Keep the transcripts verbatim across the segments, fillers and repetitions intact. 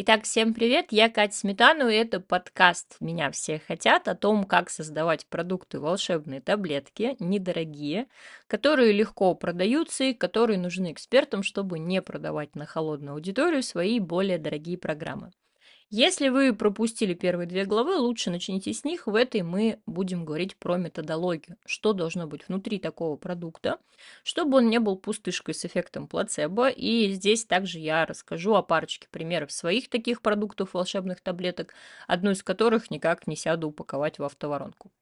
Итак, всем привет, я Катя Сметану, и это подкаст «Меня все хотят» о том, как создавать продукты волшебные таблетки, недорогие, которые легко продаются и которые нужны экспертам, чтобы не продавать на холодную аудиторию свои более дорогие программы. Если вы пропустили первые две главы, лучше начните с них. В этой мы будем говорить про методологию, что должно быть внутри такого продукта, чтобы он не был пустышкой с эффектом плацебо. И здесь также я расскажу о парочке примеров своих таких продуктов, волшебных таблеток, одну из которых никак не сяду упаковать в автоворонку.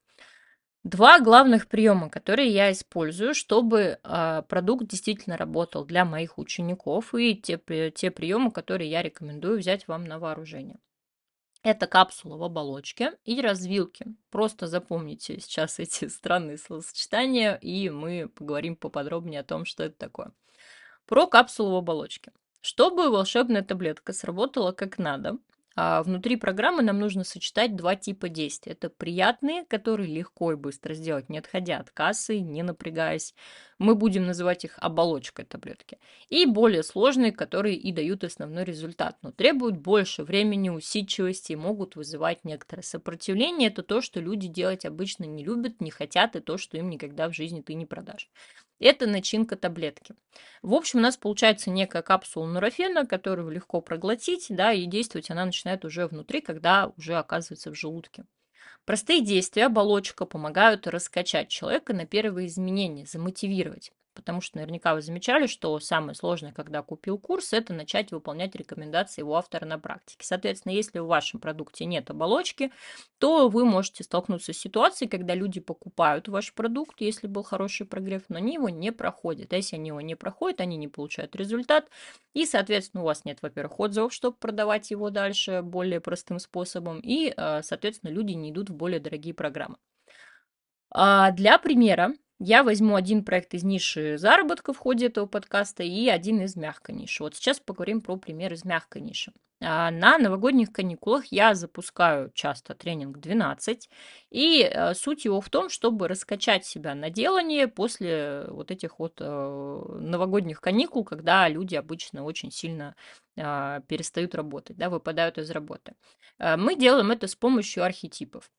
Два главных приема, которые я использую, чтобы а, продукт действительно работал для моих учеников, и те, при- те приемы, которые я рекомендую взять вам на вооружение. Это капсула в оболочке и развилки. Просто запомните сейчас эти странные словосочетания, и мы поговорим поподробнее о том, что это такое. Про капсулу в оболочке. Чтобы волшебная таблетка сработала как надо, а, внутри программы нам нужно сочетать два типа действий. Это приятные, которые легко и быстро сделать, не отходя от кассы, не напрягаясь. Мы будем называть их оболочкой таблетки. И более сложные, которые и дают основной результат, но требуют больше времени, усидчивости и могут вызывать некоторое сопротивление. Это то, что люди делать обычно не любят, не хотят, и то, что им никогда в жизни ты не продашь. Это начинка таблетки. В общем, у нас получается некая капсула нурофена, которую легко проглотить, да, и действовать она начинает уже внутри, когда уже оказывается в желудке. Простые действия, оболочка помогают раскачать человека на первые изменения, замотивировать. Потому что наверняка вы замечали, что самое сложное, когда купил курс, это начать выполнять рекомендации его автора на практике. Соответственно, если в вашем продукте нет оболочки, то вы можете столкнуться с ситуацией, когда люди покупают ваш продукт, если был хороший прогрев, но они его не проходят. А если они его не проходят, они не получают результат, и, соответственно, у вас нет, во-первых, отзывов, чтобы продавать его дальше более простым способом, и, э, соответственно, люди не идут в более дорогие программы. А, Для примера я возьму один проект из ниши заработка в ходе этого подкаста и один из мягкой ниши. Вот сейчас поговорим про пример из мягкой ниши. А, На новогодних каникулах я запускаю часто тренинг двенадцать, и э, суть его в том, чтобы раскачать себя на делание после вот этих вот э, новогодних каникул, когда люди обычно очень сильно а, перестают работать, да, выпадают из работы. Э, Мы делаем это с помощью архетипов.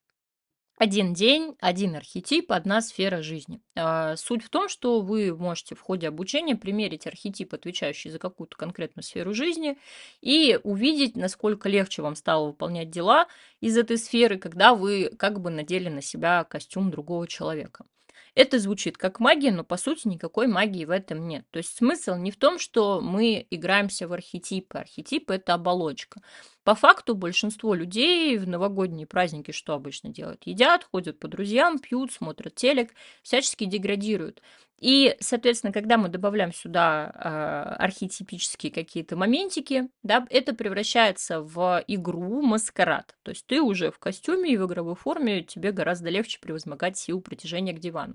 Один день, один архетип, одна сфера жизни. А, Суть в том, что вы можете в ходе обучения примерить архетип, отвечающий за какую-то конкретную сферу жизни, и увидеть, насколько легче вам стало выполнять дела из этой сферы, когда вы как бы надели на себя костюм другого человека. Это звучит как магия, но по сути никакой магии в этом нет. То есть смысл не в том, что мы играемся в архетипы. Архетип – это оболочка. По факту большинство людей в новогодние праздники что обычно делают? Едят, ходят по друзьям, пьют, смотрят телек, всячески деградируют. И, соответственно, когда мы добавляем сюда э, архетипические какие-то моментики, да, это превращается в игру маскарад. То есть ты уже в костюме и в игровой форме, тебе гораздо легче превозмогать силу притяжения к дивану.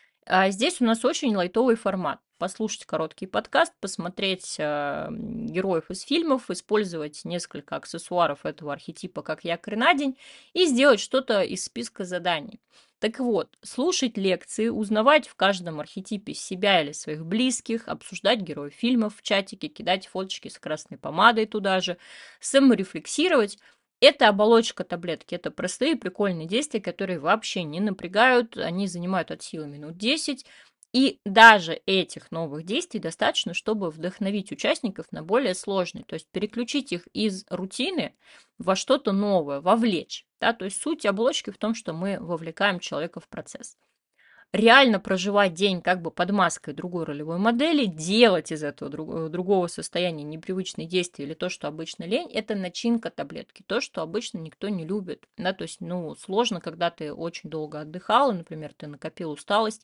А здесь у нас очень лайтовый формат. Послушать короткий подкаст, посмотреть э, героев из фильмов, использовать несколько аксессуаров этого архетипа как якорь на день и сделать что-то из списка заданий. Так вот, слушать лекции, узнавать в каждом архетипе себя или своих близких, обсуждать героев фильмов в чатике, кидать фоточки с красной помадой туда же, саморефлексировать. Это оболочка таблетки, это простые прикольные действия, которые вообще не напрягают, они занимают от силы минут десять, и даже этих новых действий достаточно, чтобы вдохновить участников на более сложные, то есть переключить их из рутины во что-то новое, вовлечь. Да? То есть суть оболочки в том, что мы вовлекаем человека в процесс. Реально проживать день как бы под маской другой ролевой модели, делать из этого друг- другого состояния непривычные действия или то, что обычно лень, это начинка таблетки, то, что обычно никто не любит. Да? То есть, ну, сложно, когда ты очень долго отдыхала, например, ты накопил усталость,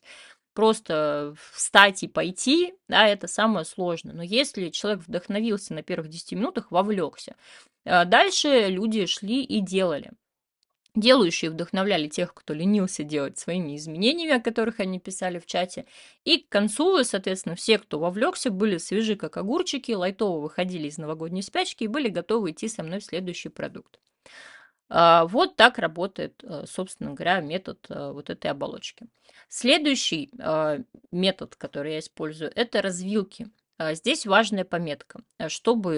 просто встать и пойти, да, это самое сложное. Но если человек вдохновился на первых десяти минутах, вовлекся, э, дальше люди шли и делали. Делающие вдохновляли тех, кто ленился делать своими изменениями, о которых они писали в чате. И к концу, соответственно, все, кто вовлекся, были свежи, как огурчики, лайтово выходили из новогодней спячки и были готовы идти со мной в следующий продукт. А, Вот так работает, э, собственно говоря, метод э, вот этой оболочки. Следующий э, метод, который я использую, это развилки. А, Здесь важная пометка. Э, Чтобы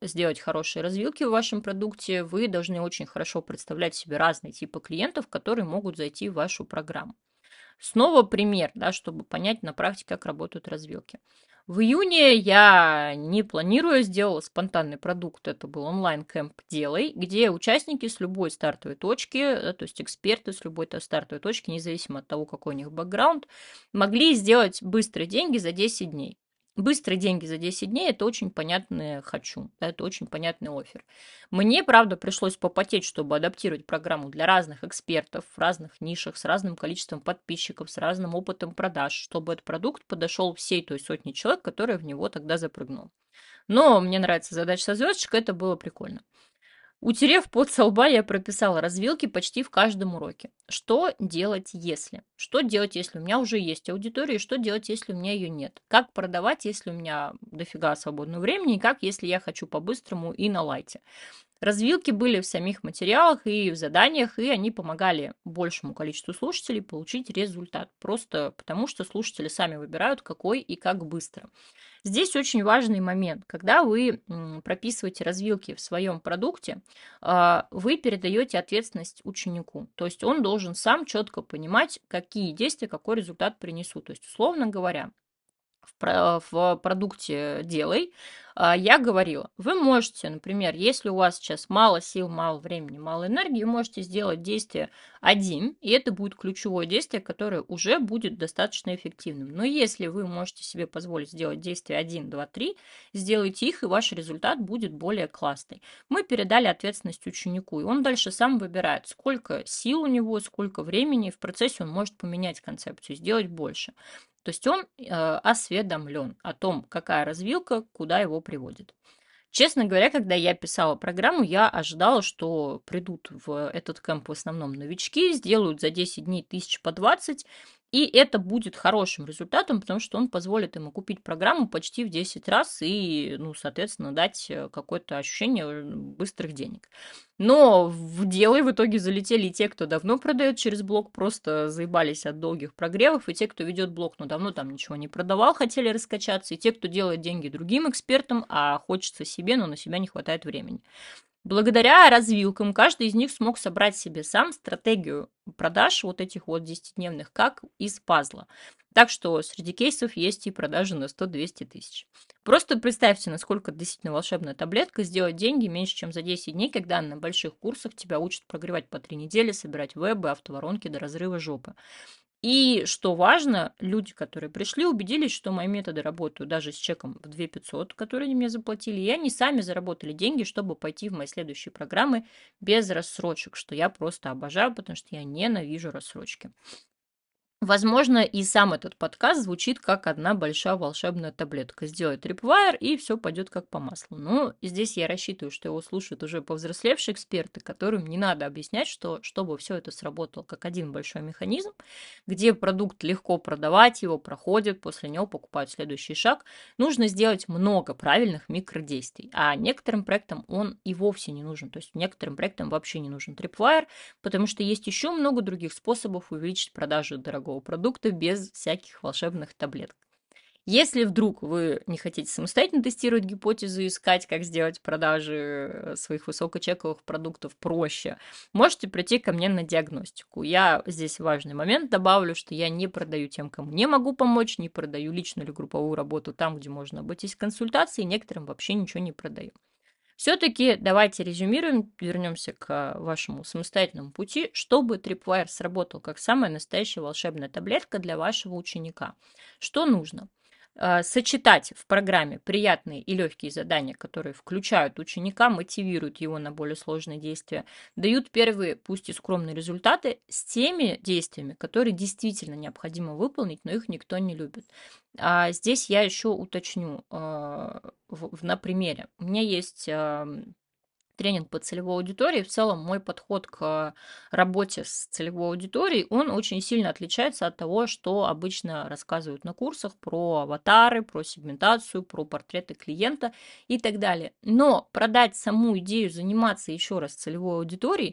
сделать хорошие развилки в вашем продукте, вы должны очень хорошо представлять себе разные типы клиентов, которые могут зайти в вашу программу. Снова пример, да, чтобы понять на практике, как работают развилки. В июне я, не планируя, сделала спонтанный продукт. Это был онлайн-кэмп «Делай», где участники с любой стартовой точки, да, то есть эксперты с любой стартовой точки, независимо от того, какой у них бэкграунд, могли сделать быстрые деньги за десять дней. Быстрые деньги за десять дней – это очень понятное «хочу», да, это очень понятный оффер. Мне, правда, пришлось попотеть, чтобы адаптировать программу для разных экспертов в разных нишах, с разным количеством подписчиков, с разным опытом продаж, чтобы этот продукт подошел всей той сотне человек, которые в него тогда запрыгнул. Но мне нравится задача со звездочкой, это было прикольно. Утерев пот со лба, я прописала развилки почти в каждом уроке. Что делать, если? Что делать, если у меня уже есть аудитория, и что делать, если у меня ее нет? Как продавать, если у меня дофига свободного времени, и как, если я хочу по-быстрому и на лайте? Развилки были в самих материалах и в заданиях, и они помогали большему количеству слушателей получить результат. Просто потому, что слушатели сами выбирают, какой и как быстро. Здесь очень важный момент. Когда вы прописываете развилки в своем продукте, а, вы передаете ответственность ученику. То есть он должен сам четко понимать, какие действия, какой результат принесут. То есть, условно говоря, в, про- в продукте «Делай» а, я говорила, вы можете, например, если у вас сейчас мало сил, мало времени, мало энергии, вы можете сделать действие один, и это будет ключевое действие, которое уже будет достаточно эффективным. Но если вы можете себе позволить сделать действие один, два, три, сделайте их, и ваш результат будет более классный. Мы передали ответственность ученику, и он дальше сам выбирает, сколько сил у него, сколько времени, в процессе он может поменять концепцию, сделать больше. То есть он э, осведомлен о том, какая развилка, куда его приводит. Честно говоря, когда я писала программу, я ожидала, что придут в этот кэмп в основном новички, сделают за десять дней тысяч по двадцать, и это будет хорошим результатом, потому что он позволит ему купить программу почти в десять раз и, ну, соответственно, дать э, какое-то ощущение э, быстрых денег. Но в дело в итоге залетели и те, кто давно продает через блог, просто заебались от долгих прогревов, и те, кто ведет блог, но давно там ничего не продавал, хотели раскачаться, и те, кто делает деньги другим экспертам, а хочется себе, но на себя не хватает времени. Благодаря развилкам каждый из них смог собрать себе сам стратегию продаж вот этих вот десятидневных, как из пазла. Так что среди кейсов есть и продажи на сто-двести тысяч. Просто представьте, насколько действительно волшебная таблетка сделать деньги меньше, чем за десять дней, когда на больших курсах тебя учат прогревать по три недели, собирать вебы, автоворонки до разрыва жопы. И что важно, люди, которые пришли, убедились, что мои методы работают даже с чеком в две тысячи пятьсот, которые они мне заплатили, и они сами заработали деньги, чтобы пойти в мои следующие программы без рассрочек, что я просто обожаю, потому что я ненавижу рассрочки. Возможно, и сам этот подкаст звучит как одна большая волшебная таблетка. Сделай трипвайр, и все пойдет как по маслу. Но здесь я рассчитываю, что его слушают уже повзрослевшие эксперты, которым не надо объяснять, что чтобы все это сработало как один большой механизм, где продукт легко продавать, его проходят, после него покупают следующий шаг, нужно сделать много правильных микродействий. А некоторым проектам он и вовсе не нужен. То есть некоторым проектам вообще не нужен трипвайр, потому что есть еще много других способов увеличить продажи дорогого продукта без всяких волшебных таблеток. Если вдруг вы не хотите самостоятельно тестировать гипотезы, искать, как сделать продажи своих высокочековых продуктов проще, можете прийти ко мне на диагностику. Я здесь важный момент добавлю, что я не продаю тем, кому не могу помочь, не продаю личную или групповую работу там, где можно обойтись консультацией, некоторым вообще ничего не продаю. Все-таки давайте резюмируем, вернемся к вашему самостоятельному пути, чтобы Tripwire сработал как самая настоящая волшебная таблетка для вашего ученика. Что нужно? Сочетать в программе приятные и легкие задания, которые включают ученика, мотивируют его на более сложные действия, дают первые, пусть и скромные результаты, с теми действиями, которые действительно необходимо выполнить, но их никто не любит. А здесь я еще уточню в, в, на примере. У меня есть тренинг по целевой аудитории. В целом мой подход к работе с целевой аудиторией, он очень сильно отличается от того, что обычно рассказывают на курсах про аватары, про сегментацию, про портреты клиента и так далее. Но продать саму идею заниматься еще раз целевой аудиторией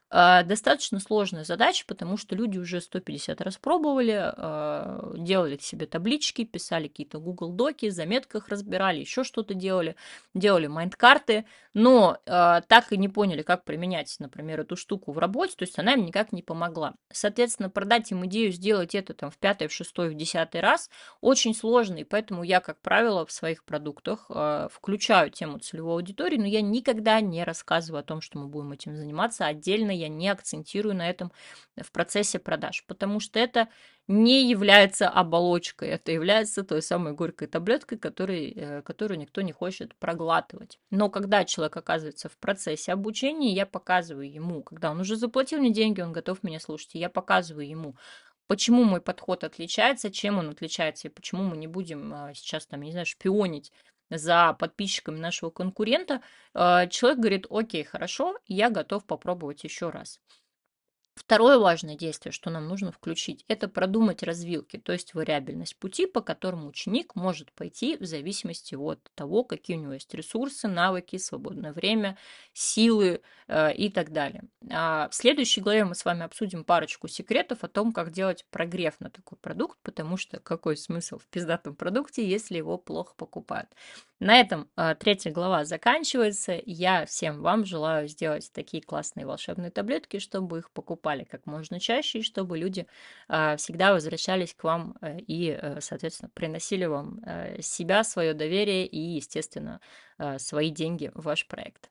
А, достаточно сложная задача, потому что люди уже сто пятьдесят раз пробовали, а, делали себе таблички, писали какие-то Google доки, в заметках разбирали, еще что-то делали, делали майнд-карты, но а, так и не поняли, как применять, например, эту штуку в работе, то есть она им никак не помогла. Соответственно, продать им идею сделать это там в пятый, в шестой, в десятый раз очень сложно, и поэтому я, как правило, в своих продуктах а, включаю тему целевой аудитории, но я никогда не рассказываю о том, что мы будем этим заниматься отдельно, я не акцентирую на этом в процессе продаж, потому что это не является оболочкой, это является той самой горькой таблеткой, который, э, которую никто не хочет проглатывать. Но когда человек оказывается в процессе обучения, я показываю ему, когда он уже заплатил мне деньги, он готов меня слушать, и я показываю ему, почему мой подход отличается, чем он отличается, и почему мы не будем а, сейчас, там, я не знаю, шпионить за подписчиками нашего конкурента, а, человек говорит, окей, хорошо, я готов попробовать еще раз. Второе важное действие, что нам нужно включить, это продумать развилки, то есть вариабельность пути, по которому ученик может пойти в зависимости от того, какие у него есть ресурсы, навыки, свободное время, силы э, и так далее. А в следующей главе мы с вами обсудим парочку секретов о том, как делать прогрев на такой продукт, потому что какой смысл в пиздатом продукте, если его плохо покупают. На этом э, третья глава заканчивается. Я всем вам желаю сделать такие классные волшебные таблетки, чтобы их покупали как можно чаще, и чтобы люди э, всегда возвращались к вам э, и, э, соответственно, приносили вам э, себя, свое доверие и, естественно, э, свои деньги в ваш проект.